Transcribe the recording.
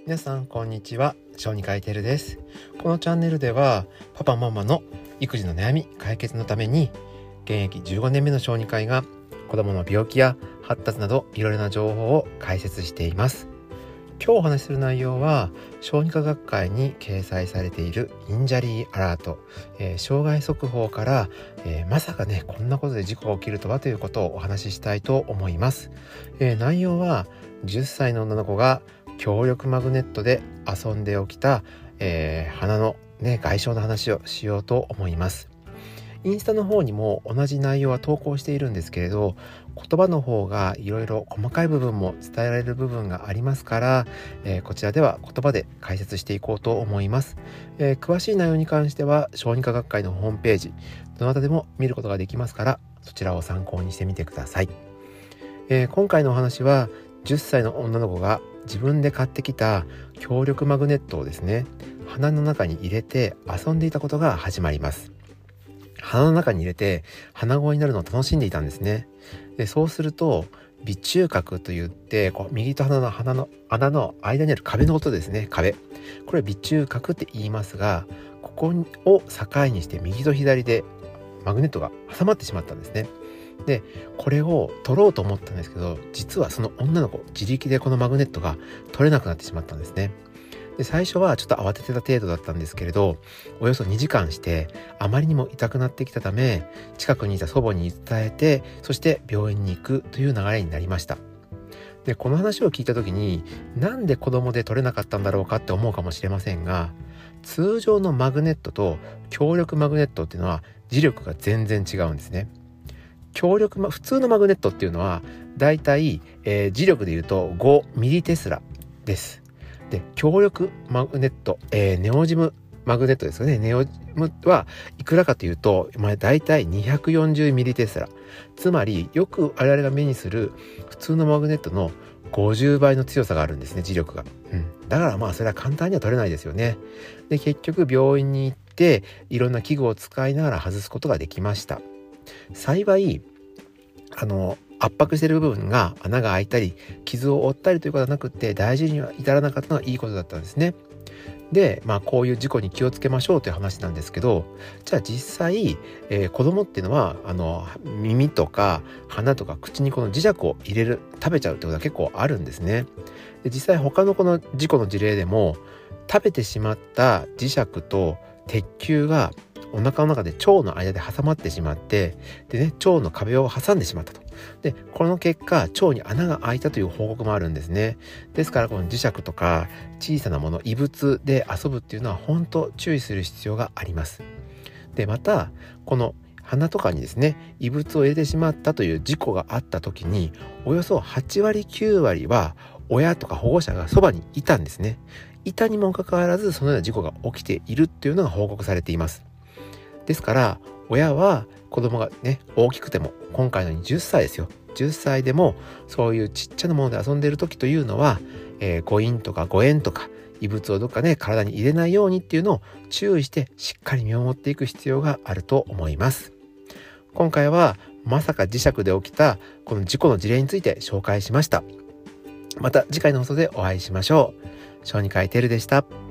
皆さんこんにちは、小児科医てるです。このチャンネルではパパママの育児の悩み解決のために現役15年目の小児科医が子どもの病気や発達などいろいろな情報を解説しています。今日お話しする内容は小児科学会に掲載されているインジャリーアラート、障害速報から、まさかねこんなことで事故が起きるとはということをお話ししたいと思います。内容は10歳の女の子が強力マグネットで遊んで起きた、鼻の、外傷の話をしようと思います。インスタの方にも同じ内容は投稿しているんですけれど、言葉の方がいろいろ細かい部分も伝えられる部分がありますから、こちらでは言葉で解説していこうと思います。詳しい内容に関しては小児科学会のホームページどなたでも見ることができますから、そちらを参考にしてみてください。今回のお話は10歳の女の子が自分で買ってきた強力マグネットをですね、鼻の中に入れて遊んでいたことが始まります。鼻の中に入れて鼻声になるのを楽しんでいたんですね。でそうすると鼻中隔といって右と鼻の穴の間にある壁の音ですね。壁、これ鼻中隔って言いますが、ここを境にして右と左でマグネットが挟まってしまったんですね。でこれを取ろうと思ったんですけど、実はその女の子自力でこのマグネットが取れなくなってしまったんですね。で最初はちょっと慌ててた程度だったんですけれど、およそ2時間してあまりにも痛くなってきたため、近くにいた祖母に伝えて、そして病院に行くという流れになりました。でこの話を聞いた時に、なんで子供で取れなかったんだろうかって思うかもしれませんが、通常のマグネットと強力マグネットっていうのは磁力が全然違うんですね。普通のマグネットっていうのはだいたい、磁力でいうと5ミリテスラです。で強力マグネット、ネオジムマグネットですよね。ネオジムはいくらかというと、だいたい240ミリテスラ、つまりよく我々が目にする普通のマグネットの50倍の強さがあるんですね、磁力が。だからそれは簡単には取れないですよね。で結局病院に行っていろんな器具を使いながら外すことができました。幸い圧迫している部分が穴が開いたり傷を負ったりということはなくて、大事には至らなかったのはいいことだったんですね。でこういう事故に気をつけましょうという話なんですけど、じゃあ実際、子供っていうのは耳とか鼻とか口にこの磁石を入れる、食べちゃうってことは結構あるんですね。で実際他のこの事故の事例でも、食べてしまった磁石と鉄球がお腹の中で腸の間で挟まってしまって、でね、腸の壁を挟んでしまったと。でこの結果腸に穴が開いたという報告もあるんですね。ですからこの磁石とか小さなもの、異物で遊ぶっていうのは本当注意する必要があります。でまたこの鼻とかにですね、異物を入れてしまったという事故があった時に、およそ8割9割は親とか保護者がそばにいたんですね。いたにもかかわらずそのような事故が起きているっていうのが報告されています。ですから親は子供がね大きくても、今回のように10歳ですよ、10歳でもそういうちっちゃなもので遊んでいる時というのは、誤飲とか誤嚥とか異物をどっかね体に入れないようにっていうのを注意してしっかり見守っていく必要があると思います。今回はまさか磁石で起きたこの事故の事例について紹介しました。また次回の放送でお会いしましょう。小児科医てるでした。